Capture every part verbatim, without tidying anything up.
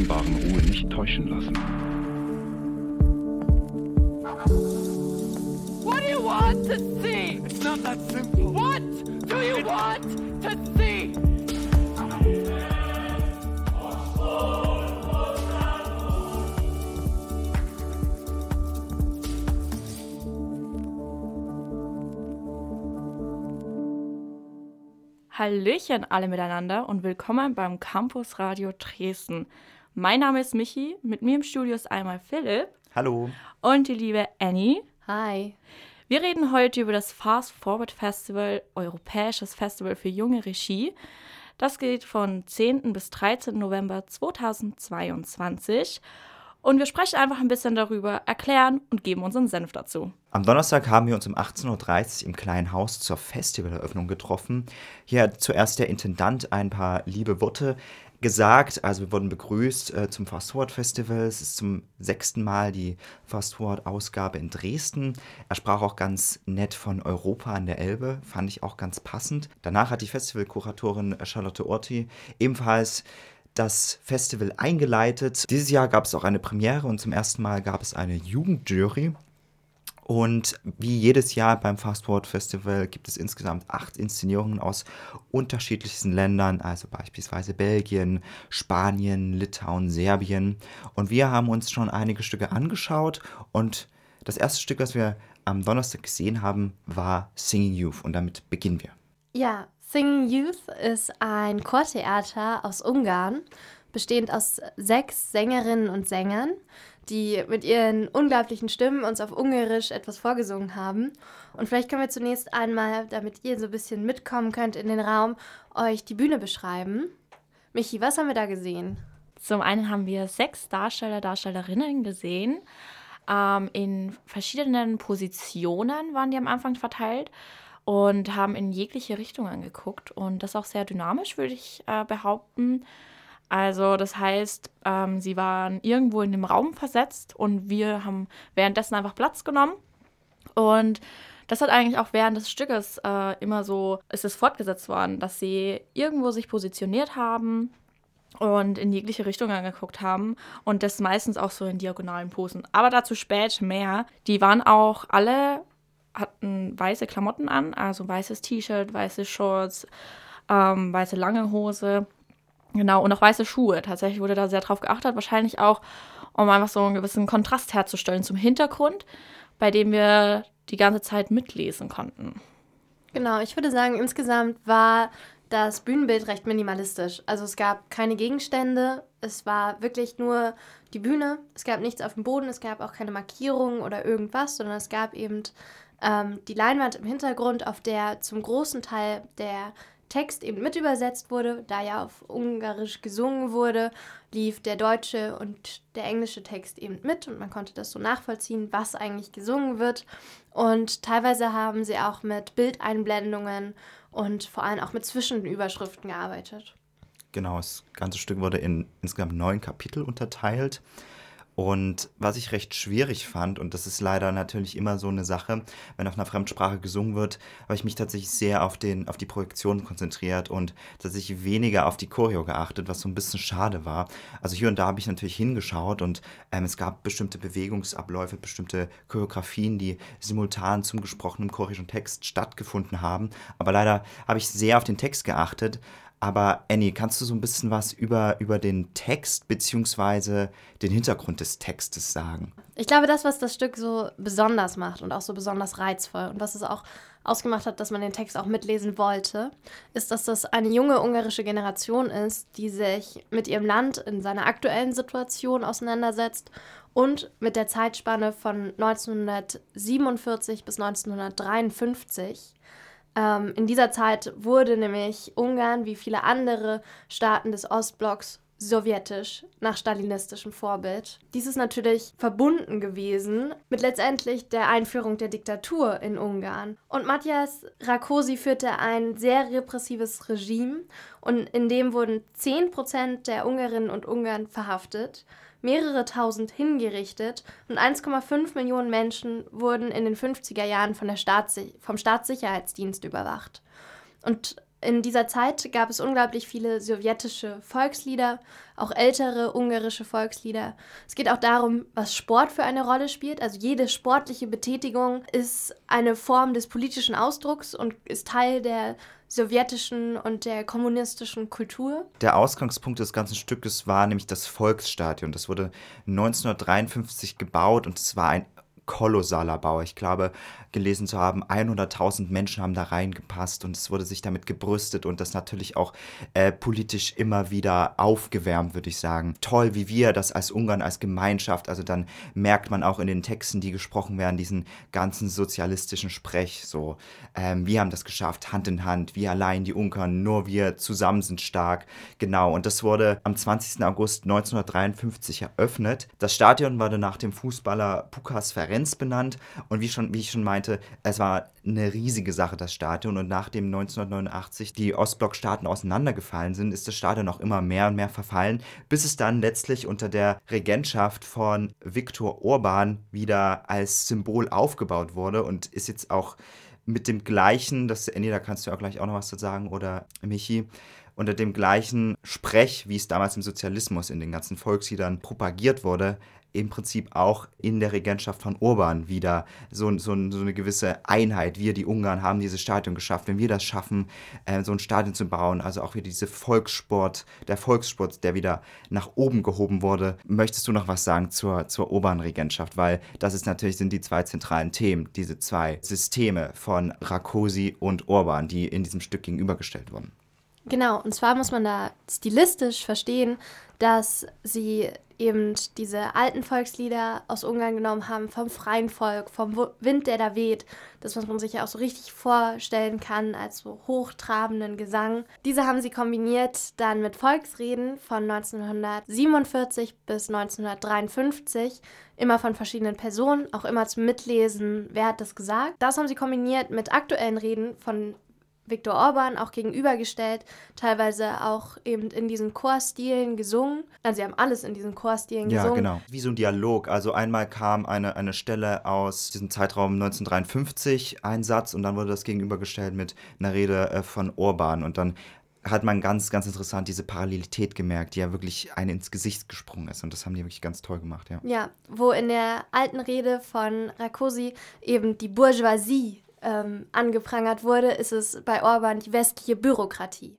scheinbaren Ruhe nicht täuschen lassen. What do you want to see? It's not that simple. What do you want to see? Hallöchen alle miteinander und willkommen beim Campus Radio Dresden. Mein Name ist Michi, mit mir im Studio ist einmal Philipp. Hallo. Und die liebe Annie. Hi. Wir reden heute über das Fast Forward Festival, europäisches Festival für junge Regie. Das geht von zehnten bis dreizehnten November zweitausendzweiundzwanzig. Und wir sprechen einfach ein bisschen darüber, erklären und geben unseren Senf dazu. Am Donnerstag haben wir uns um achtzehn Uhr dreißig im kleinen Haus zur Festivaleröffnung getroffen. Hier hat zuerst der Intendant ein paar liebe Worte gesagt. Also wir wurden begrüßt äh, zum Fast Forward Festival. Es ist zum sechsten Mal die Fast Forward Ausgabe in Dresden. Er sprach auch ganz nett von Europa an der Elbe, fand ich auch ganz passend. Danach hat die Festivalkuratorin Charlotte Orti ebenfalls das Festival eingeleitet. Dieses Jahr gab es auch eine Premiere und zum ersten Mal gab es eine Jugendjury. Und wie jedes Jahr beim Fast Forward Festival gibt es insgesamt acht Inszenierungen aus unterschiedlichsten Ländern, also beispielsweise Belgien, Spanien, Litauen, Serbien. Und wir haben uns schon einige Stücke angeschaut und das erste Stück, das wir am Donnerstag gesehen haben, war Singing Youth und damit beginnen wir. Ja, Singing Youth ist ein Chortheater aus Ungarn, bestehend aus sechs Sängerinnen und Sängern, die mit ihren unglaublichen Stimmen uns auf Ungarisch etwas vorgesungen haben. Und vielleicht können wir zunächst einmal, damit ihr so ein bisschen mitkommen könnt in den Raum, euch die Bühne beschreiben. Michi, was haben wir da gesehen? Zum einen haben wir sechs Darsteller, Darstellerinnen gesehen. Ähm, in verschiedenen Positionen waren die am Anfang verteilt und haben in jegliche Richtung angeguckt. Und das auch sehr dynamisch, würde ich äh, behaupten. Also das heißt, ähm, sie waren irgendwo in dem Raum versetzt und wir haben währenddessen einfach Platz genommen. Und das hat eigentlich auch während des Stückes äh, immer so, ist es fortgesetzt worden, dass sie irgendwo sich positioniert haben und in jegliche Richtung angeguckt haben und das meistens auch so in diagonalen Posen. Aber dazu später mehr. Die waren auch alle, hatten weiße Klamotten an, also weißes T-Shirt, weiße Shorts, ähm, weiße lange Hose. Genau, und auch weiße Schuhe. Tatsächlich wurde da sehr drauf geachtet, wahrscheinlich auch, um einfach so einen gewissen Kontrast herzustellen zum Hintergrund, bei dem wir die ganze Zeit mitlesen konnten. Genau, ich würde sagen, insgesamt war das Bühnenbild recht minimalistisch. Also es gab keine Gegenstände, es war wirklich nur die Bühne, es gab nichts auf dem Boden, es gab auch keine Markierungen oder irgendwas, sondern es gab eben ähm, die Leinwand im Hintergrund, auf der zum großen Teil der Text eben mit übersetzt wurde, da ja auf Ungarisch gesungen wurde, lief der deutsche und der englische Text eben mit und man konnte das so nachvollziehen, was eigentlich gesungen wird. Und teilweise haben sie auch mit Bildeinblendungen und vor allem auch mit Zwischenüberschriften gearbeitet. Genau, das ganze Stück wurde in insgesamt neun Kapitel unterteilt. Und was ich recht schwierig fand, und das ist leider natürlich immer so eine Sache, wenn auf einer Fremdsprache gesungen wird, habe ich mich tatsächlich sehr auf, den, auf die Projektion konzentriert und tatsächlich weniger auf die Choreo geachtet, was so ein bisschen schade war. Also hier und da habe ich natürlich hingeschaut und ähm, es gab bestimmte Bewegungsabläufe, bestimmte Choreografien, die simultan zum gesprochenen chorischen Text stattgefunden haben. Aber leider habe ich sehr auf den Text geachtet. Aber Annie, kannst du so ein bisschen was über, über den Text bzw. den Hintergrund des Textes sagen? Ich glaube, das, was das Stück so besonders macht und auch so besonders reizvoll und was es auch ausgemacht hat, dass man den Text auch mitlesen wollte, ist, dass das eine junge ungarische Generation ist, die sich mit ihrem Land in seiner aktuellen Situation auseinandersetzt und mit der Zeitspanne von neunzehnhundertsiebenundvierzig bis neunzehnhundertdreiundfünfzig. Ähm, in dieser Zeit wurde nämlich Ungarn, wie viele andere Staaten des Ostblocks, sowjetisch, nach stalinistischem Vorbild. Dies ist natürlich verbunden gewesen mit letztendlich der Einführung der Diktatur in Ungarn. Und Matthias Rákosi führte ein sehr repressives Regime und in dem wurden zehn Prozent der Ungarinnen und Ungarn verhaftet, mehrere tausend hingerichtet und eins Komma fünf Millionen Menschen wurden in den fünfziger Jahren von der Staatsi- vom Staatssicherheitsdienst überwacht. Und In dieser Zeit gab es unglaublich viele sowjetische Volkslieder, auch ältere ungarische Volkslieder. Es geht auch darum, was Sport für eine Rolle spielt. Also jede sportliche Betätigung ist eine Form des politischen Ausdrucks und ist Teil der sowjetischen und der kommunistischen Kultur. Der Ausgangspunkt des ganzen Stückes war nämlich das Volksstadion. Das wurde neunzehnhundertdreiundfünfzig gebaut und es war ein kolossaler Bau. Ich glaube, gelesen zu haben, hunderttausend Menschen haben da reingepasst und es wurde sich damit gebrüstet und das natürlich auch äh, politisch immer wieder aufgewärmt, würde ich sagen. Toll, wie wir das als Ungarn, als Gemeinschaft, also dann merkt man auch in den Texten, die gesprochen werden, diesen ganzen sozialistischen Sprech, so, ähm, wir haben das geschafft, Hand in Hand, wir allein, die Ungarn, nur wir zusammen sind stark, genau, und das wurde am zwanzigsten August neunzehnhundertdreiundfünfzig eröffnet. Das Stadion wurde nach dem Fußballer Pukas Ferenc benannt und wie, schon, wie ich schon meinte, es war eine riesige Sache, das Stadion, und nachdem neunzehnhundertneunundachtzig die Ostblockstaaten auseinandergefallen sind, ist das Stadion auch immer mehr und mehr verfallen, bis es dann letztlich unter der Regentschaft von Viktor Orbán wieder als Symbol aufgebaut wurde und ist jetzt auch mit dem gleichen, das, Annie, da kannst du auch gleich auch noch was zu sagen, oder Michi, unter dem gleichen Sprech, wie es damals im Sozialismus in den ganzen Volksliedern propagiert wurde, im Prinzip auch in der Regentschaft von Orbán wieder so, so, so eine gewisse Einheit. Wir, die Ungarn, haben dieses Stadion geschafft. Wenn wir das schaffen, äh, so ein Stadion zu bauen, also auch wieder diese Volkssport, der Volkssport, der wieder nach oben gehoben wurde. Möchtest du noch was sagen zur, zur Orbán-Regentschaft? Weil das ist natürlich, sind die zwei zentralen Themen, diese zwei Systeme von Rákóczi und Orbán, die in diesem Stück gegenübergestellt wurden. Genau, und zwar muss man da stilistisch verstehen, dass sie eben diese alten Volkslieder aus Ungarn genommen haben, vom freien Volk, vom Wind, der da weht, das, was man sich ja auch so richtig vorstellen kann als so hochtrabenden Gesang. Diese haben sie kombiniert dann mit Volksreden von neunzehnhundertsiebenundvierzig bis neunzehnhundertdreiundfünfzig, immer von verschiedenen Personen, auch immer zum Mitlesen, wer hat das gesagt. Das haben sie kombiniert mit aktuellen Reden von Viktor Orbán, auch gegenübergestellt, teilweise auch eben in diesen Chorstilen gesungen. Also sie haben alles in diesen Chorstilen ja, gesungen. Ja, genau. Wie so ein Dialog. Also einmal kam eine, eine Stelle aus diesem Zeitraum neunzehnhundertdreiundfünfzig, ein Satz, und dann wurde das gegenübergestellt mit einer Rede äh, von Orbán. Und dann hat man ganz, ganz interessant diese Parallelität gemerkt, die ja wirklich einem ins Gesicht gesprungen ist. Und das haben die wirklich ganz toll gemacht, ja. Ja, wo in der alten Rede von Rákóczi eben die Bourgeoisie Ähm, angeprangert wurde, ist es bei Orbán die westliche Bürokratie.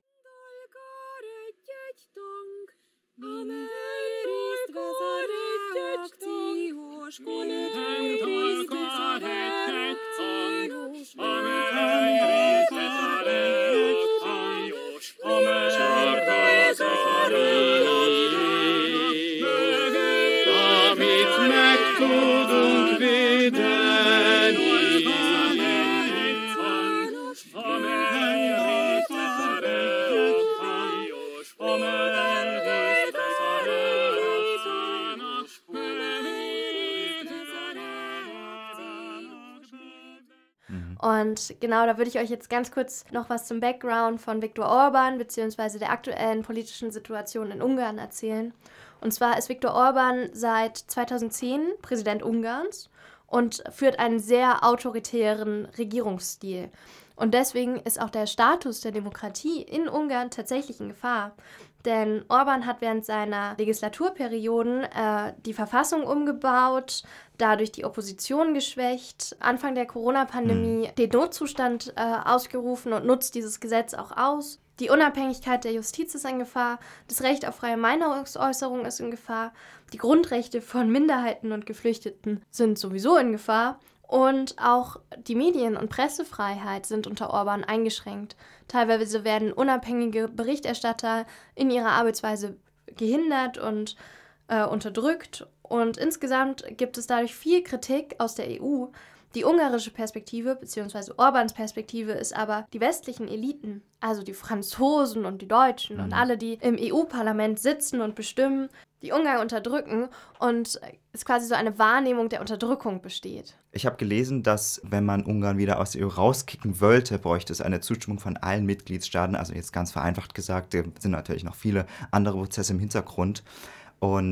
Und genau, da würde ich euch jetzt ganz kurz noch was zum Background von Viktor Orbán bzw. der aktuellen politischen Situation in Ungarn erzählen. Und zwar ist Viktor Orbán seit zweitausendzehn Präsident Ungarns und führt einen sehr autoritären Regierungsstil. Und deswegen ist auch der Status der Demokratie in Ungarn tatsächlich in Gefahr. Denn Orbán hat während seiner Legislaturperioden äh, die Verfassung umgebaut, dadurch die Opposition geschwächt, Anfang der Corona-Pandemie den Notzustand äh, ausgerufen und nutzt dieses Gesetz auch aus. Die Unabhängigkeit der Justiz ist in Gefahr, das Recht auf freie Meinungsäußerung ist in Gefahr, die Grundrechte von Minderheiten und Geflüchteten sind sowieso in Gefahr. Und auch die Medien- und Pressefreiheit sind unter Orbán eingeschränkt. Teilweise werden unabhängige Berichterstatter in ihrer Arbeitsweise gehindert und äh, unterdrückt. Und insgesamt gibt es dadurch viel Kritik aus der E U. Die ungarische Perspektive bzw. Orbáns Perspektive ist aber, die westlichen Eliten, also die Franzosen und die Deutschen mhm. und alle, die im E U-Parlament sitzen und bestimmen, die Ungarn unterdrücken und es quasi so eine Wahrnehmung der Unterdrückung besteht. Ich habe gelesen, dass, wenn man Ungarn wieder aus der E U rauskicken wollte, bräuchte es eine Zustimmung von allen Mitgliedstaaten. Also jetzt ganz vereinfacht gesagt, da sind natürlich noch viele andere Prozesse im Hintergrund. Und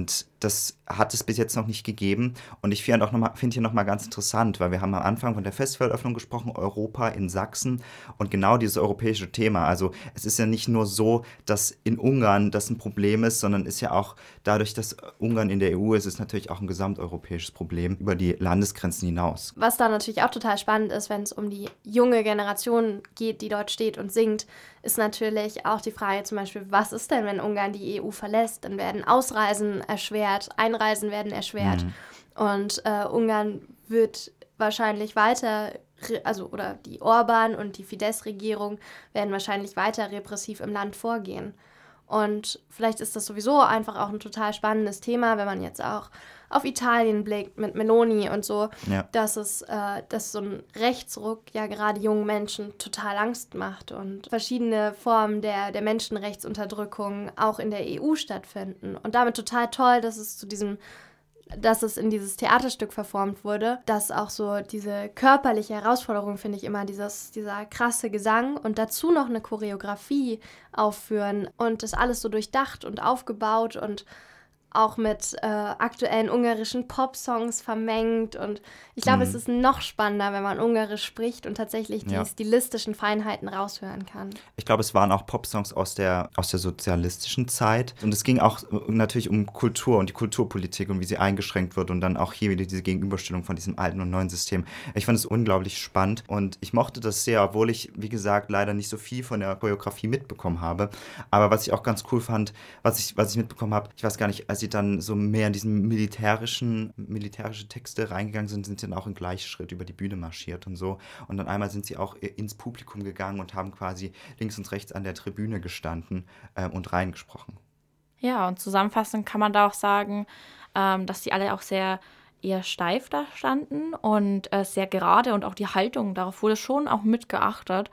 das hat es bis jetzt noch nicht gegeben. Und ich finde auch noch mal, find hier nochmal ganz interessant, weil wir haben am Anfang von der Festivalöffnung gesprochen, Europa in Sachsen und genau dieses europäische Thema. Also es ist ja nicht nur so, dass in Ungarn das ein Problem ist, sondern ist ja auch dadurch, dass Ungarn in der E U ist, ist natürlich auch ein gesamteuropäisches Problem über die Landesgrenzen hinaus. Was da natürlich auch total spannend ist, wenn es um die junge Generation geht, die dort steht und singt, ist natürlich auch die Frage zum Beispiel, was ist denn, wenn Ungarn die E U verlässt? Dann werden Ausreisen erschwert, Einreisen werden erschwert Mhm. und äh, Ungarn wird wahrscheinlich weiter, re- also oder die Orban und die Fidesz-Regierung werden wahrscheinlich weiter repressiv im Land vorgehen. Und vielleicht ist das sowieso einfach auch ein total spannendes Thema, wenn man jetzt auch auf Italien blickt mit Meloni und so, Ja. dass es, äh, dass so ein Rechtsruck ja gerade jungen Menschen total Angst macht und verschiedene Formen der, der Menschenrechtsunterdrückung auch in der E U stattfinden. Und damit total toll, dass es zu diesem dass es in dieses Theaterstück verformt wurde, dass auch so diese körperliche Herausforderung, finde ich immer, dieses, dieser krasse Gesang und dazu noch eine Choreografie aufführen und das alles so durchdacht und aufgebaut und auch mit äh, aktuellen ungarischen Popsongs vermengt. Und ich glaube, Mhm. es ist noch spannender, wenn man Ungarisch spricht und tatsächlich die Ja. stilistischen Feinheiten raushören kann. Ich glaube, es waren auch Popsongs aus der, aus der sozialistischen Zeit. Und es ging auch äh, natürlich um Kultur und die Kulturpolitik und wie sie eingeschränkt wird und dann auch hier wieder diese Gegenüberstellung von diesem alten und neuen System. Ich fand es unglaublich spannend und ich mochte das sehr, obwohl ich, wie gesagt, leider nicht so viel von der Choreografie mitbekommen habe. Aber was ich auch ganz cool fand, was ich, was ich mitbekommen habe, ich weiß gar nicht, als sie dann so mehr in diesen militärischen, militärische Texte reingegangen sind, sind sie dann auch im Gleichschritt über die Bühne marschiert und so. Und dann einmal sind sie auch ins Publikum gegangen und haben quasi links und rechts an der Tribüne gestanden äh, und reingesprochen. Ja, und zusammenfassend kann man da auch sagen, ähm, dass die alle auch sehr eher steif da standen und äh, sehr gerade und auch die Haltung, darauf wurde schon auch mitgeachtet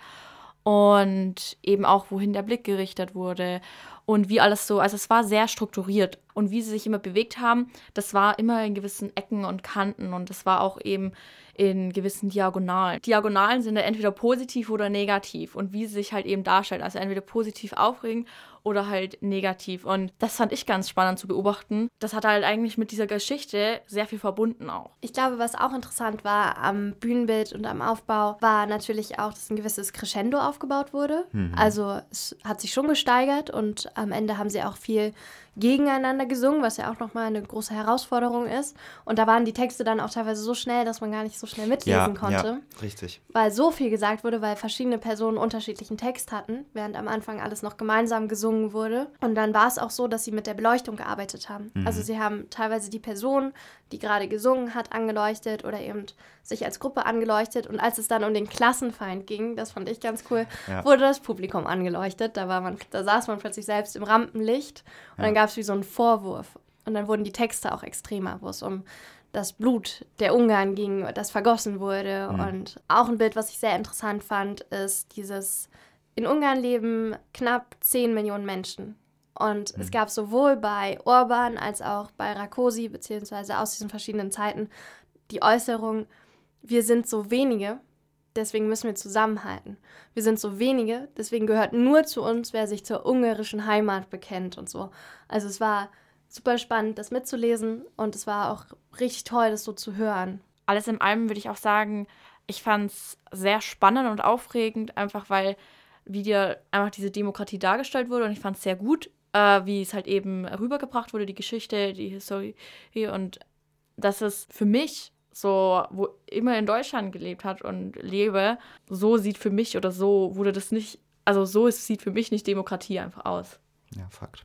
und eben auch, wohin der Blick gerichtet wurde und wie alles so, also es war sehr strukturiert und wie sie sich immer bewegt haben, das war immer in gewissen Ecken und Kanten und das war auch eben in gewissen Diagonalen. Diagonalen sind ja entweder positiv oder negativ und wie sie sich halt eben darstellen, also entweder positiv aufregen oder halt negativ. Und das fand ich ganz spannend zu beobachten. Das hat halt eigentlich mit dieser Geschichte sehr viel verbunden auch. Ich glaube, was auch interessant war am Bühnenbild und am Aufbau, war natürlich auch, dass ein gewisses Crescendo aufgebaut wurde. Mhm. Also es hat sich schon gesteigert und am Ende haben sie auch viel gegeneinander gesungen, was ja auch nochmal eine große Herausforderung ist. Und da waren die Texte dann auch teilweise so schnell, dass man gar nicht so schnell mitlesen Ja, konnte. ja, richtig. Weil so viel gesagt wurde, weil verschiedene Personen unterschiedlichen Text hatten, während am Anfang alles noch gemeinsam gesungen wurde. Und dann war es auch so, dass sie mit der Beleuchtung gearbeitet haben. Mhm. Also sie haben teilweise die Person, die gerade gesungen hat, angeleuchtet oder eben sich als Gruppe angeleuchtet. Und als es dann um den Klassenfeind ging, das fand ich ganz cool, Ja. wurde das Publikum angeleuchtet. Da war man, da saß man plötzlich selbst im Rampenlicht und Ja. dann gab es wie so einen Vorwurf. Und dann wurden die Texte auch extremer, wo es um das Blut der Ungarn ging, das vergossen wurde. Mhm. Und auch ein Bild, was ich sehr interessant fand, ist dieses, in Ungarn leben knapp zehn Millionen Menschen. Und Mhm. es gab sowohl bei Orban als auch bei Rakosi, beziehungsweise aus diesen verschiedenen Zeiten, die Äußerung, wir sind so wenige, deswegen müssen wir zusammenhalten. Wir sind so wenige, deswegen gehört nur zu uns, wer sich zur ungarischen Heimat bekennt und so. Also es war super spannend, das mitzulesen und es war auch richtig toll, das so zu hören. Alles in allem würde ich auch sagen, ich fand es sehr spannend und aufregend, einfach weil wie dir einfach diese Demokratie dargestellt wurde und ich fand es sehr gut, äh, wie es halt eben rübergebracht wurde, die Geschichte, die Historie und dass es für mich so, wo immer in Deutschland gelebt hat und lebe, so sieht für mich oder so wurde das nicht, also so ist, sieht für mich nicht Demokratie einfach aus. Ja, Fakt.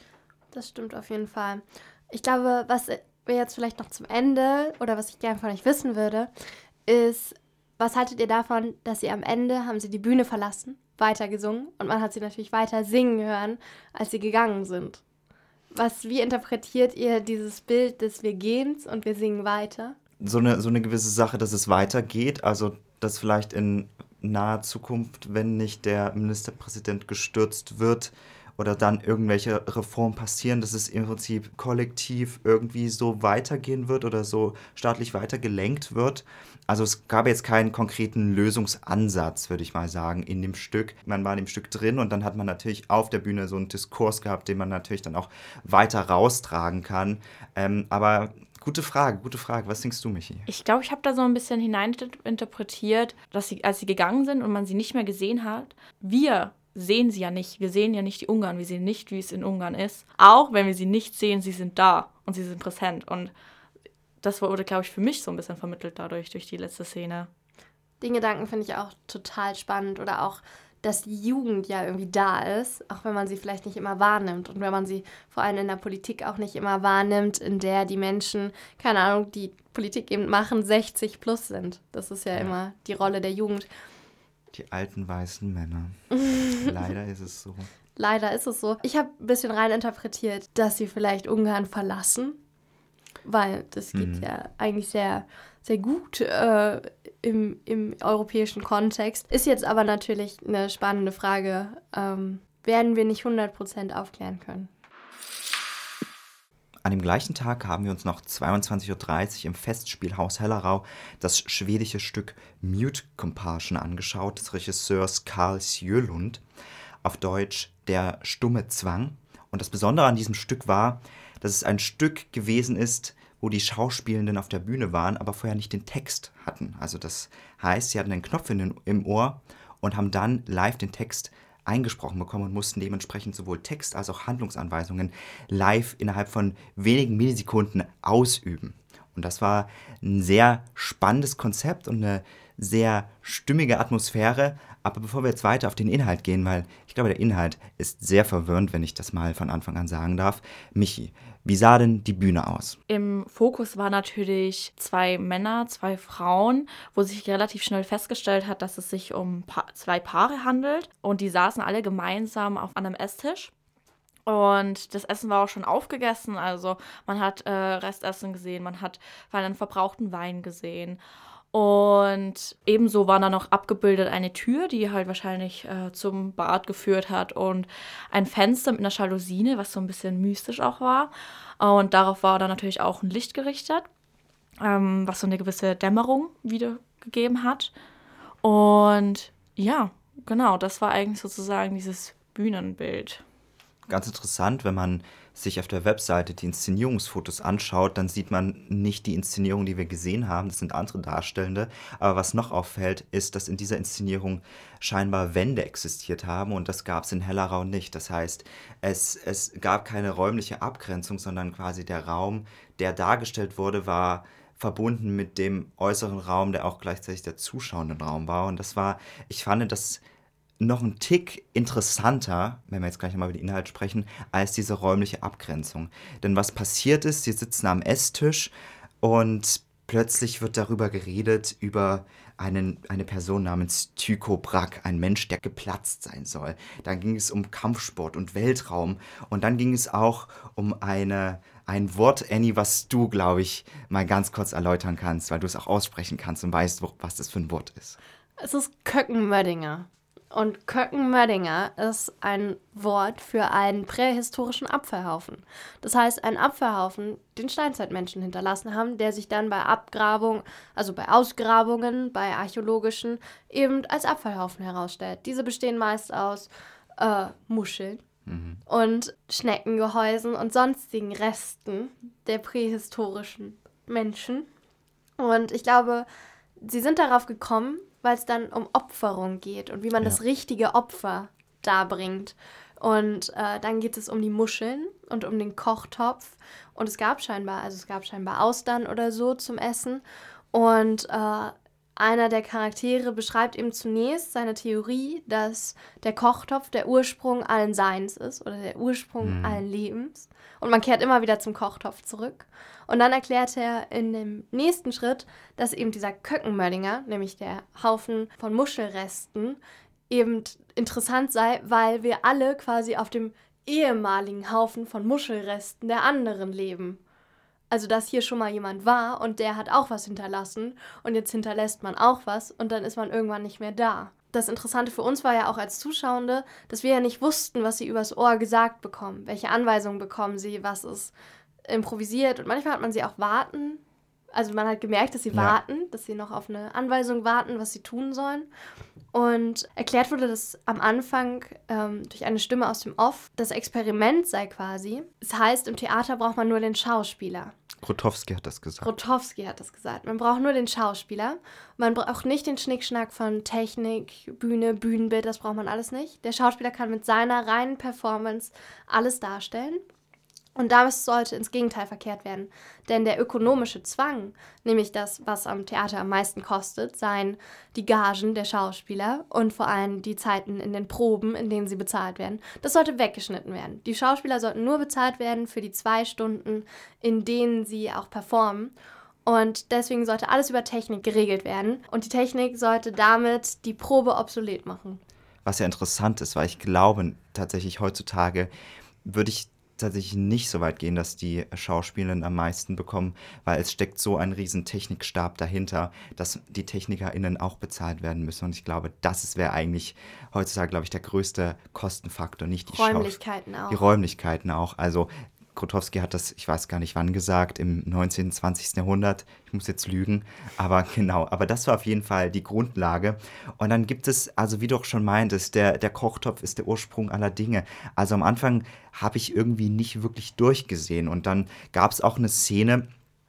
Das stimmt auf jeden Fall. Ich glaube, was wir jetzt vielleicht noch zum Ende oder was ich gerne von euch wissen würde, ist, was haltet ihr davon, dass sie am Ende, haben sie die Bühne verlassen, weiter gesungen und man hat sie natürlich weiter singen hören, als sie gegangen sind. Was, wie interpretiert ihr dieses Bild des Wir gehen's und wir singen weiter? So eine, so eine gewisse Sache, dass es weitergeht, also dass vielleicht in naher Zukunft, wenn nicht der Ministerpräsident gestürzt wird oder dann irgendwelche Reformen passieren, dass es im Prinzip kollektiv irgendwie so weitergehen wird oder so staatlich weiter gelenkt wird. Also es gab jetzt keinen konkreten Lösungsansatz, würde ich mal sagen, in dem Stück. Man war in dem Stück drin und dann hat man natürlich auf der Bühne so einen Diskurs gehabt, den man natürlich dann auch weiter raustragen kann. Ähm, aber gute Frage, gute Frage. Was denkst du, Michi? Ich glaube, ich habe da so ein bisschen hineininterpretiert, dass sie, als sie gegangen sind und man sie nicht mehr gesehen hat, wir sehen sie ja nicht. Wir sehen ja nicht die Ungarn. Wir sehen nicht, wie es in Ungarn ist. Auch wenn wir sie nicht sehen, sie sind da und sie sind präsent. Und das wurde, glaube ich, für mich so ein bisschen vermittelt dadurch, durch die letzte Szene. Den Gedanken finde ich auch total spannend. Oder auch, dass die Jugend ja irgendwie da ist, auch wenn man sie vielleicht nicht immer wahrnimmt. Und wenn man sie vor allem in der Politik auch nicht immer wahrnimmt, in der die Menschen, keine Ahnung, die Politik eben machen, sechzig plus sind. Das ist ja, ja. immer die Rolle der Jugend. Die alten weißen Männer. Leider ist es so. Leider ist es so. Ich habe ein bisschen rein interpretiert, dass sie vielleicht Ungarn verlassen, weil das geht mhm. ja eigentlich sehr, sehr gut äh, im, im europäischen Kontext. Ist jetzt aber natürlich eine spannende Frage, ähm, werden wir nicht hundert Prozent aufklären können. An dem gleichen Tag haben wir uns noch zweiundzwanzig Uhr dreißig im Festspielhaus Hellerau das schwedische Stück Mute Compassion angeschaut, des Regisseurs Carl Sjölund, auf Deutsch Der stumme Zwang. Und das Besondere an diesem Stück war, dass es ein Stück gewesen ist, wo die Schauspielenden auf der Bühne waren, aber vorher nicht den Text hatten. Also das heißt, sie hatten einen Knopf in den, im Ohr und haben dann live den Text eingesprochen bekommen und mussten dementsprechend sowohl Text als auch Handlungsanweisungen live innerhalb von wenigen Millisekunden ausüben. Und das war ein sehr spannendes Konzept und eine sehr stimmige Atmosphäre. Aber bevor wir jetzt weiter auf den Inhalt gehen, weil ich glaube, der Inhalt ist sehr verwirrend, wenn ich das mal von Anfang an sagen darf. Michi, wie sah denn die Bühne aus? Im Fokus waren natürlich zwei Männer, zwei Frauen, wo sich relativ schnell festgestellt hat, dass es sich um pa- zwei Paare handelt. Und die saßen alle gemeinsam auf einem Esstisch. Und das Essen war auch schon aufgegessen, also man hat äh, Restessen gesehen, man hat einen verbrauchten Wein gesehen. Und ebenso war da noch abgebildet eine Tür, die halt wahrscheinlich äh, zum Bad geführt hat, und ein Fenster mit einer Jalousine, was so ein bisschen mystisch auch war. Und darauf war dann natürlich auch ein Licht gerichtet, ähm, was so eine gewisse Dämmerung wiedergegeben hat. Und ja, genau, das war eigentlich sozusagen dieses Bühnenbild. Ganz interessant, wenn man sich auf der Webseite die Inszenierungsfotos anschaut, dann sieht man nicht die Inszenierung, die wir gesehen haben, das sind andere Darstellende. Aber was noch auffällt, ist, dass in dieser Inszenierung scheinbar Wände existiert haben und das gab es in Hellerau nicht. Das heißt, es, es gab keine räumliche Abgrenzung, sondern quasi der Raum, der dargestellt wurde, war verbunden mit dem äußeren Raum, der auch gleichzeitig der zuschauenden Raum war. Und das war, ich fand das noch ein Tick interessanter, wenn wir jetzt gleich nochmal über den Inhalt sprechen, als diese räumliche Abgrenzung. Denn was passiert ist, sie sitzen am Esstisch und plötzlich wird darüber geredet, über einen, eine Person namens Tycho Brack, ein Mensch, der geplatzt sein soll. Dann ging es um Kampfsport und Weltraum und dann ging es auch um eine, ein Wort, Annie, was du, glaube ich, mal ganz kurz erläutern kannst, weil du es auch aussprechen kannst und weißt, was das für ein Wort ist. Es ist Köckenmöddinger. Und Köckenmöddinger ist ein Wort für einen prähistorischen Abfallhaufen. Das heißt, ein Abfallhaufen, den Steinzeitmenschen hinterlassen haben, der sich dann bei Abgrabung, also bei Ausgrabungen, bei archäologischen, eben als Abfallhaufen herausstellt. Diese bestehen meist aus äh, Muscheln mhm. und Schneckengehäusen und sonstigen Resten der prähistorischen Menschen. Und ich glaube, sie sind darauf gekommen, weil es dann um Opferung geht und wie man ja. das richtige Opfer darbringt. Und äh, dann geht es um die Muscheln und um den Kochtopf. Und es gab scheinbar, also es gab scheinbar Austern oder so zum Essen. Und äh, einer der Charaktere beschreibt eben zunächst seine Theorie, dass der Kochtopf der Ursprung allen Seins ist oder der Ursprung mhm. allen Lebens. Und man kehrt immer wieder zum Kochtopf zurück. Und dann erklärt er in dem nächsten Schritt, dass eben dieser Köckenmöddinger, nämlich der Haufen von Muschelresten, eben interessant sei, weil wir alle quasi auf dem ehemaligen Haufen von Muschelresten der anderen leben. Also, dass hier schon mal jemand war und der hat auch was hinterlassen und jetzt hinterlässt man auch was und dann ist man irgendwann nicht mehr da. das Interessante für uns war ja auch als Zuschauende, dass wir ja nicht wussten, was sie übers Ohr gesagt bekommen, welche Anweisungen bekommen sie, was ist improvisiert. Und manchmal hat man sie auch warten. Also man hat gemerkt, dass sie Ja. warten, dass sie noch auf eine Anweisung warten, was sie tun sollen. Und erklärt wurde das am Anfang ähm, durch eine Stimme aus dem Off. Das Experiment sei quasi, es heißt, im Theater braucht man nur den Schauspieler. Grotowski hat das gesagt. Grotowski hat das gesagt. Man braucht nur den Schauspieler. Man braucht nicht den Schnickschnack von Technik, Bühne, Bühnenbild, das braucht man alles nicht. Der Schauspieler kann mit seiner reinen Performance alles darstellen. Und damit sollte ins Gegenteil verkehrt werden. Denn der ökonomische Zwang, nämlich das, was am Theater am meisten kostet, seien die Gagen der Schauspieler und vor allem die Zeiten in den Proben, in denen sie bezahlt werden, das sollte weggeschnitten werden. Die Schauspieler sollten nur bezahlt werden für die zwei Stunden, in denen sie auch performen. Und deswegen sollte alles über Technik geregelt werden. Und die Technik sollte damit die Probe obsolet machen. Was ja interessant ist, weil ich glaube, tatsächlich heutzutage würde ich tatsächlich nicht so weit gehen, dass die Schauspielenden am meisten bekommen, weil es steckt so ein riesen Technikstab dahinter, dass die TechnikerInnen auch bezahlt werden müssen. Und ich glaube, das wäre eigentlich heutzutage, glaube ich, der größte Kostenfaktor, nicht die Räumlichkeiten Schaus- auch. Die Räumlichkeiten auch. Also Grotowski hat das, ich weiß gar nicht wann gesagt, im neunzehnten., zwanzigsten. Jahrhundert. Ich muss jetzt lügen, aber genau. Aber das war auf jeden Fall die Grundlage. Und dann gibt es, also wie du auch schon meintest, der, der Kochtopf ist der Ursprung aller Dinge. Also am Anfang habe ich irgendwie nicht wirklich durchgesehen. Und dann gab es auch eine Szene,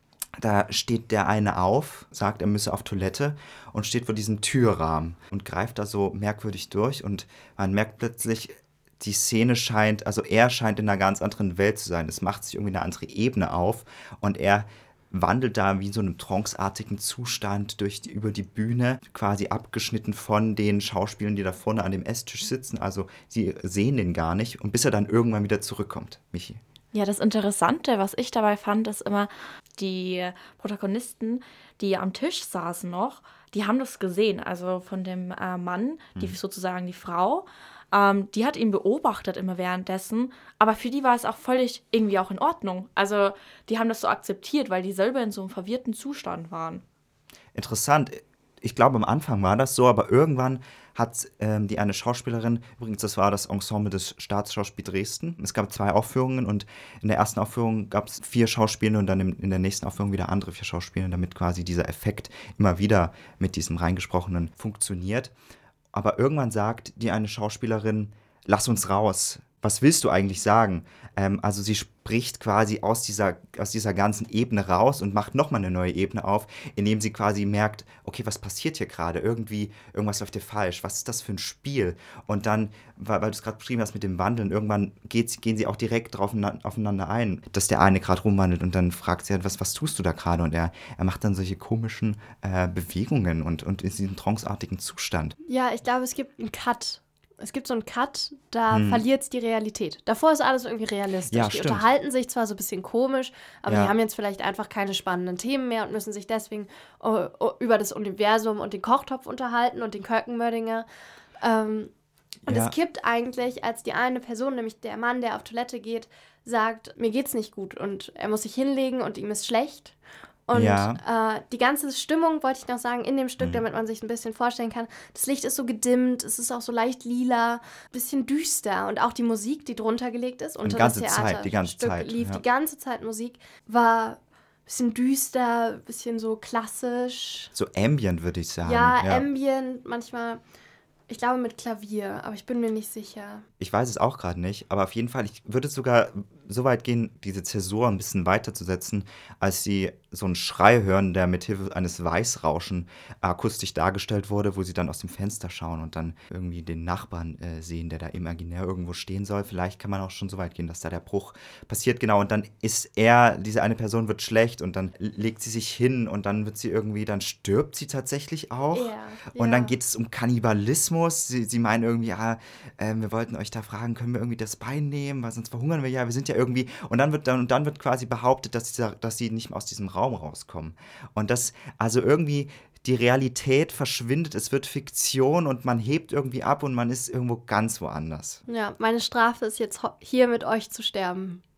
da steht der eine auf, sagt, er müsse auf Toilette und steht vor diesem Türrahmen und greift da so merkwürdig durch. Und man merkt plötzlich, die Szene scheint, also er scheint in einer ganz anderen Welt zu sein. Es macht sich irgendwie eine andere Ebene auf und er wandelt da wie in so einem tranceartigen Zustand durch die, über die Bühne, quasi abgeschnitten von den Schauspielern, die da vorne an dem Esstisch sitzen. Also sie sehen den gar nicht und bis er dann irgendwann wieder zurückkommt. Michi. Ja, das Interessante, was ich dabei fand, ist immer, die Protagonisten, die am Tisch saßen noch, die haben das gesehen. Also von dem äh, Mann, die sozusagen die Frau, ähm, die hat ihn beobachtet immer währenddessen. Aber für die war es auch völlig irgendwie auch in Ordnung. Also die haben das so akzeptiert, weil die selber in so einem verwirrten Zustand waren. Interessant. Ich glaube, am Anfang war das so, aber irgendwann hat ähm, die eine Schauspielerin, übrigens, das war das Ensemble des Staatsschauspiels Dresden. Es gab zwei Aufführungen und in der ersten Aufführung gab es vier Schauspieler und dann in, in der nächsten Aufführung wieder andere vier Schauspieler, damit quasi dieser Effekt immer wieder mit diesem Reingesprochenen funktioniert. Aber irgendwann sagt die eine Schauspielerin, lass uns raus. Was willst du eigentlich sagen? Ähm, also sie spricht quasi aus dieser, aus dieser ganzen Ebene raus und macht nochmal eine neue Ebene auf, indem sie quasi merkt, okay, was passiert hier gerade? Irgendwie, irgendwas läuft hier falsch. Was ist das für ein Spiel? Und dann, weil, weil du es gerade beschrieben hast mit dem Wandeln, irgendwann geht, gehen sie auch direkt drauf, aufeinander ein, dass der eine gerade rumwandelt und dann fragt sie halt, was, was tust du da gerade? Und er, er macht dann solche komischen äh, Bewegungen und, und in diesem tranceartigen Zustand. Ja, ich glaube, es gibt einen Cut. Es gibt so einen Cut, da Hm. verliert es die Realität. Davor ist alles irgendwie realistisch. Ja, die stimmt. unterhalten sich zwar so ein bisschen komisch, aber Ja. die haben jetzt vielleicht einfach keine spannenden Themen mehr und müssen sich deswegen uh, uh, über das Universum und den Kochtopf unterhalten und den Kökenmördinger. Ähm, und Ja. es kippt eigentlich, als die eine Person, nämlich der Mann, der auf Toilette geht, sagt, mir geht's nicht gut und er muss sich hinlegen und ihm ist schlecht. Und Ja. äh, die ganze Stimmung, wollte ich noch sagen, in dem Stück, Mhm. damit man sich ein bisschen vorstellen kann, das Licht ist so gedimmt, es ist auch so leicht lila, bisschen düster und auch die Musik, die drunter gelegt ist, unter ganze das Zeit, die ganze Theaterstück Zeit, lief ja. die ganze Zeit Musik, war ein bisschen düster, ein bisschen so klassisch, So ambient, würde ich sagen. ja, ambient, manchmal, ich glaube mit Klavier, aber ich bin mir nicht sicher. Ich weiß es auch gerade nicht, aber auf jeden Fall, ich würde sogar so weit gehen, diese Zäsur ein bisschen weiterzusetzen, als sie so einen Schrei hören, der mithilfe eines Weißrauschen akustisch dargestellt wurde, wo sie dann aus dem Fenster schauen und dann irgendwie den Nachbarn äh, sehen, der da imaginär irgendwo stehen soll. Vielleicht kann man auch schon so weit gehen, dass da der Bruch passiert, genau. Und dann ist er, diese eine Person wird schlecht und dann legt sie sich hin und dann wird sie irgendwie, dann stirbt sie tatsächlich auch. Ja, Und ja. dann geht es um Kannibalismus. Sie, sie meinen irgendwie, ja, äh, wir wollten euch da fragen, können wir irgendwie das Bein nehmen, weil sonst verhungern wir ja. Wir sind ja irgendwie. Und dann wird dann, und dann wird quasi behauptet, dass, dieser, dass sie nicht mehr aus diesem Raum rauskommen. Und das, also irgendwie, die Realität verschwindet, es wird Fiktion und man hebt irgendwie ab und man ist irgendwo ganz woanders. Ja, meine Strafe ist jetzt ho- hier mit euch zu sterben.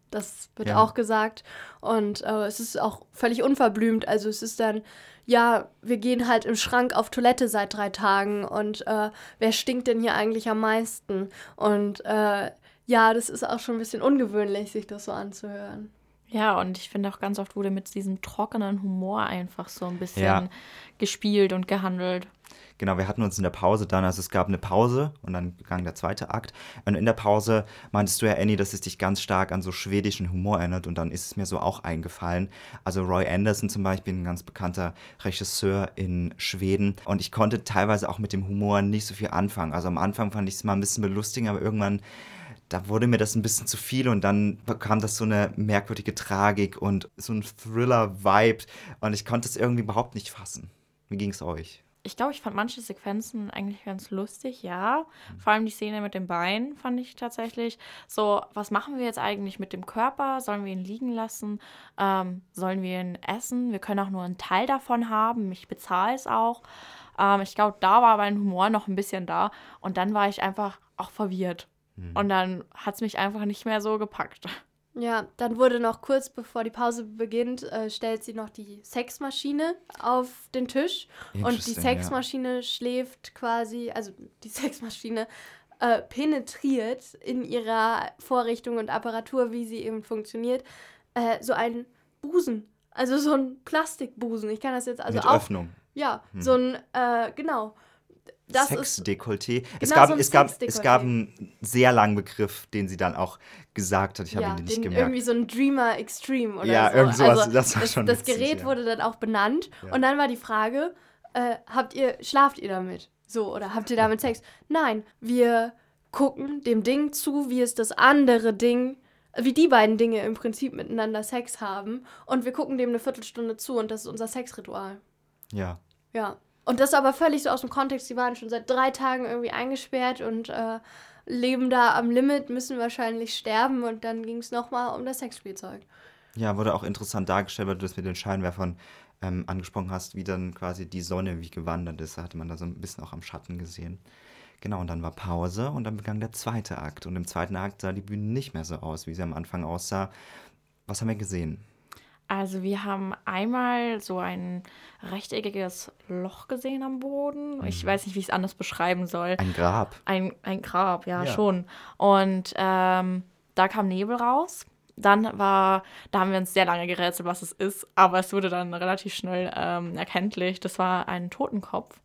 Das wird Ja. auch gesagt. Und äh, es ist auch völlig unverblümt. Also es ist dann, ja, wir gehen halt im Schrank auf Toilette seit drei Tagen und äh, wer stinkt denn hier eigentlich am meisten? Und äh, ja, das ist auch schon ein bisschen ungewöhnlich, sich das so anzuhören. Ja, und ich finde auch ganz oft wurde mit diesem trockenen Humor einfach so ein bisschen Ja. gespielt und gehandelt. Genau, wir hatten uns in der Pause dann, also es gab eine Pause und dann begann der zweite Akt. Und in der Pause meintest du ja, Annie, dass es dich ganz stark an so schwedischen Humor erinnert und dann ist es mir so auch eingefallen. Also Roy Andersson zum Beispiel, ein ganz bekannter Regisseur in Schweden und ich konnte teilweise auch mit dem Humor nicht so viel anfangen. Also am Anfang fand ich es mal ein bisschen belustigend, aber irgendwann, da wurde mir das ein bisschen zu viel und dann bekam das so eine merkwürdige Tragik und so ein Thriller-Vibe und ich konnte es irgendwie überhaupt nicht fassen. Wie ging es euch? Ich glaube, ich fand manche Sequenzen eigentlich ganz lustig, ja. Vor allem die Szene mit dem Bein fand ich tatsächlich so, was machen wir jetzt eigentlich mit dem Körper? Sollen wir ihn liegen lassen? Ähm, sollen wir ihn essen? Wir können auch nur einen Teil davon haben. Ich bezahle es auch. Ähm, ich glaube, da war mein Humor noch ein bisschen da. Und dann war ich einfach auch verwirrt. Und dann hat es mich einfach nicht mehr so gepackt. Ja, dann wurde noch kurz bevor die Pause beginnt, äh, stellt sie noch die Sexmaschine auf den Tisch. Und die Interesting, Sexmaschine schläft quasi, also die Sexmaschine äh, penetriert in ihrer Vorrichtung und Apparatur, wie sie eben funktioniert, äh, so einen Busen. Also so ein Plastikbusen. Ich kann das jetzt also mit auch. Öffnung. Ja, so ein, äh, genau. Das ist Sexdekolleté. Es, genau gab, so ein es, gab, es Sexdekolleté. gab einen sehr langen Begriff, den sie dann auch gesagt hat. Ich habe ja, ihn nicht den, gemerkt. irgendwie so ein Dreamer Extreme oder Ja, so. irgend sowas, Also das war das, schon das witzig, Gerät ja. wurde dann auch benannt Ja. und dann war die Frage, äh, habt ihr, schlaft ihr damit? So, oder habt ihr damit Sex? Nein, wir gucken dem Ding zu, wie es das andere Ding, wie die beiden Dinge im Prinzip miteinander Sex haben und wir gucken dem eine Viertelstunde zu und das ist unser Sexritual. Ja. Ja. Und das aber völlig so aus dem Kontext. Die waren schon seit drei Tagen irgendwie eingesperrt und äh, leben da am Limit, müssen wahrscheinlich sterben. Und dann ging es nochmal um das Sexspielzeug. Ja, wurde auch interessant dargestellt, weil du das mit den Scheinwerfern ähm, angesprochen hast, wie dann quasi die Sonne wie gewandert ist. Da hatte man da so ein bisschen auch am Schatten gesehen. Genau, und dann war Pause und dann begann der zweite Akt. Und im zweiten Akt sah die Bühne nicht mehr so aus, wie sie am Anfang aussah. Was haben wir gesehen? Also wir haben einmal so ein rechteckiges Loch gesehen am Boden. Ich weiß nicht, wie ich es anders beschreiben soll. Ein Grab. Ein, ein Grab, ja, Ja. schon. Und ähm, da kam Nebel raus. Dann war, da haben wir uns sehr lange gerätselt, was es ist, aber es wurde dann relativ schnell ähm, erkenntlich. Das war ein Totenkopf.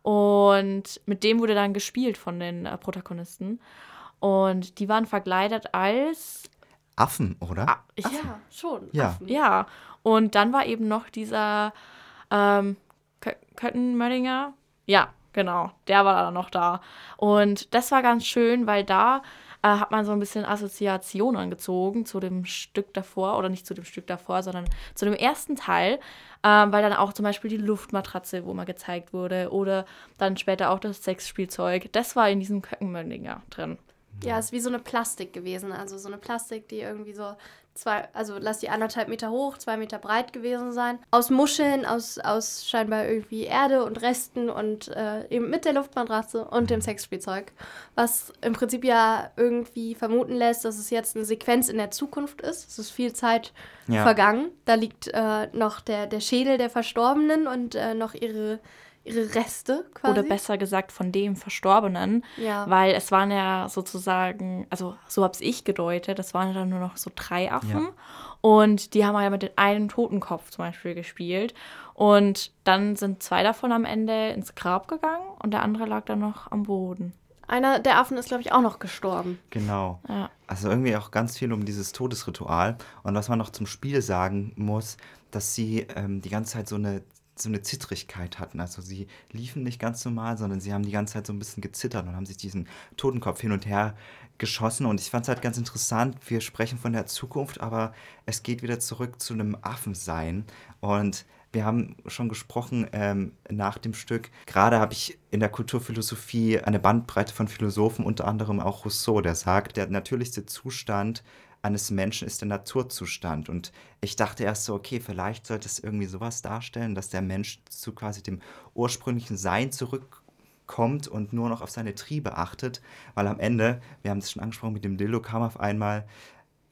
Und mit dem wurde dann gespielt von den äh, Protagonisten. Und die waren verkleidet als, Affen, oder? ah, ich, Ja, schon. Ja. Affen. ja. Und dann war eben noch dieser ähm, Kö- Köttenmöllinger. Ja, genau. Der war dann noch da. Und das war ganz schön, weil da äh, hat man so ein bisschen Assoziationen gezogen zu dem Stück davor. Oder nicht zu dem Stück davor, sondern zu dem ersten Teil. Ähm, weil dann auch zum Beispiel die Luftmatratze, wo mal gezeigt wurde. Oder dann später auch das Sexspielzeug. Das war in diesem Köttenmöllinger drin. Ja, ist wie so eine Plastik gewesen. Also so eine Plastik, die irgendwie so zwei, also lass die anderthalb Meter hoch, zwei Meter breit gewesen sein. Aus Muscheln, aus, aus scheinbar irgendwie Erde und Resten und äh, eben mit der Luftmatratze und dem Sexspielzeug. Was im Prinzip ja irgendwie vermuten lässt, dass es jetzt eine Sequenz in der Zukunft ist. Es ist viel Zeit Ja. vergangen. Da liegt äh, noch der, der Schädel der Verstorbenen und äh, noch ihre, ihre Reste quasi. Oder besser gesagt von dem Verstorbenen, Ja. weil es waren ja sozusagen, also so habe ich gedeutet, das waren dann nur noch so drei Affen Ja. und die haben ja mit dem einen Totenkopf zum Beispiel gespielt und dann sind zwei davon am Ende ins Grab gegangen und der andere lag dann noch am Boden. Einer der Affen ist, glaube ich, auch noch gestorben. Genau. Ja. Also irgendwie auch ganz viel um dieses Todesritual. Und was man noch zum Spiel sagen muss, dass sie ähm, die ganze Zeit so eine, so eine Zittrigkeit hatten. Also sie liefen nicht ganz normal, sondern sie haben die ganze Zeit so ein bisschen gezittert und haben sich diesen Totenkopf hin und her geschossen. Und ich fand es halt ganz interessant, wir sprechen von der Zukunft, aber es geht wieder zurück zu einem Affensein. Und wir haben schon gesprochen ähm, nach dem Stück. Gerade habe ich in der Kulturphilosophie eine Bandbreite von Philosophen, unter anderem auch Rousseau, der sagt, der natürlichste Zustand eines Menschen ist der Naturzustand. Und ich dachte erst so, okay, vielleicht sollte es irgendwie sowas darstellen, dass der Mensch zu quasi dem ursprünglichen Sein zurückkommt und nur noch auf seine Triebe achtet. Weil am Ende, wir haben es schon angesprochen, mit dem Dildo kam auf einmal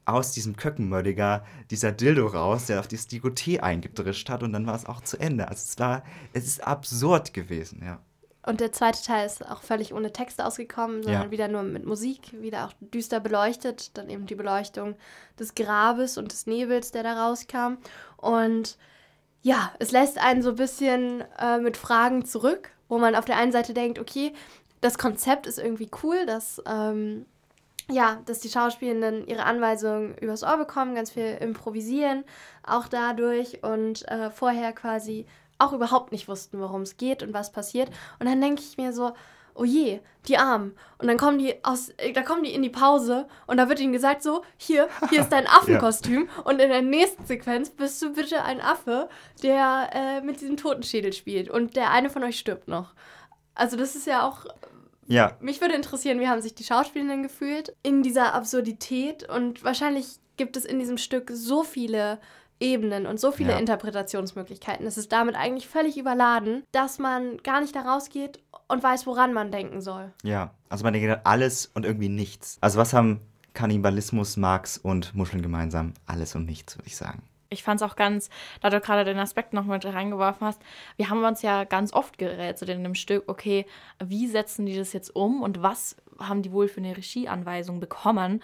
aus diesem Köckenmördiger dieser Dildo raus, der auf dieses Dekolleté eingedrischt hat und dann war es auch zu Ende. Also es war, es ist absurd gewesen, ja. Und der zweite Teil ist auch völlig ohne Text ausgekommen, sondern Ja. wieder nur mit Musik, wieder auch düster beleuchtet. Dann eben die Beleuchtung des Grabes und des Nebels, der da rauskam. Und ja, es lässt einen so ein bisschen äh, mit Fragen zurück, wo man auf der einen Seite denkt, okay, das Konzept ist irgendwie cool, dass, ähm, ja, dass die Schauspielenden ihre Anweisungen übers Ohr bekommen, ganz viel improvisieren, auch dadurch und äh, vorher quasi auch überhaupt nicht wussten, worum es geht und was passiert. Und dann denke ich mir so, oh je, die Armen. Und dann kommen die aus, äh, da kommen die in die Pause und da wird ihnen gesagt so, hier, hier ist dein Affenkostüm und in der nächsten Sequenz bist du bitte ein Affe, der äh, mit diesem Totenschädel spielt und der eine von euch stirbt noch. Also das ist ja auch, Ja, mich würde interessieren, wie haben sich die Schauspielenden gefühlt in dieser Absurdität und wahrscheinlich gibt es in diesem Stück so viele Ebenen und so viele Ja. Interpretationsmöglichkeiten. Es ist damit eigentlich völlig überladen, dass man gar nicht da rausgeht und weiß, woran man denken soll. ja. Also man denkt alles und irgendwie nichts. Also was haben Kannibalismus, Marx und Muscheln gemeinsam? Alles und nichts, würde ich sagen. Ich fand es auch ganz, da du gerade den Aspekt noch mit reingeworfen hast, wir haben uns ja ganz oft gerätselt in dem Stück, okay, wie setzen die das jetzt um und was haben die wohl für eine Regieanweisung bekommen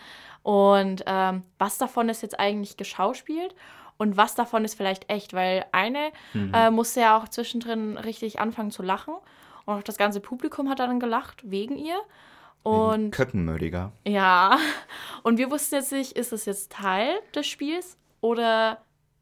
und ähm, was davon ist jetzt eigentlich geschauspielt und was davon ist vielleicht echt, weil eine Mhm. äh, musste ja auch zwischendrin richtig anfangen zu lachen und auch das ganze Publikum hat dann gelacht wegen ihr. Und Köckenmördiger. ja, und wir wussten jetzt nicht, ist es jetzt Teil des Spiels oder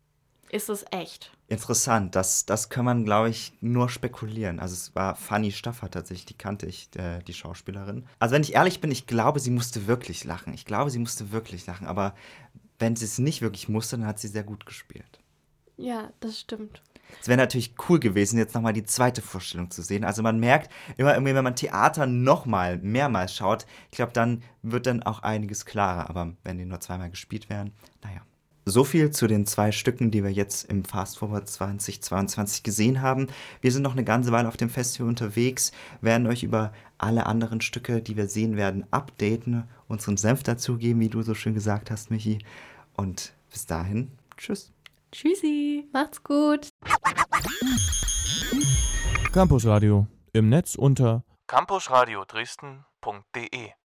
ist es echt? Interessant, das, das kann man, glaube ich, nur spekulieren. Also es war Fanny Staffer tatsächlich, die kannte ich, äh, die Schauspielerin. Also wenn ich ehrlich bin, ich glaube, sie musste wirklich lachen. Ich glaube, sie musste wirklich lachen, aber wenn sie es nicht wirklich musste, dann hat sie sehr gut gespielt. Ja, das stimmt. Es wäre natürlich cool gewesen, jetzt nochmal die zweite Vorstellung zu sehen. Also man merkt, immer irgendwie, wenn man Theater nochmal, mehrmals schaut, ich glaube, dann wird dann auch einiges klarer. Aber wenn die nur zweimal gespielt werden, naja. So viel zu den zwei Stücken, die wir jetzt im Fast Forward zwanzig zweiundzwanzig gesehen haben. Wir sind noch eine ganze Weile auf dem Festival unterwegs, werden euch über alle anderen Stücke, die wir sehen werden, updaten, unseren Senf dazugeben, wie du so schön gesagt hast, Michi. Und bis dahin, tschüss. Tschüssi! Macht's gut. Campus Radio im Netz unter campusradio dresden punkt de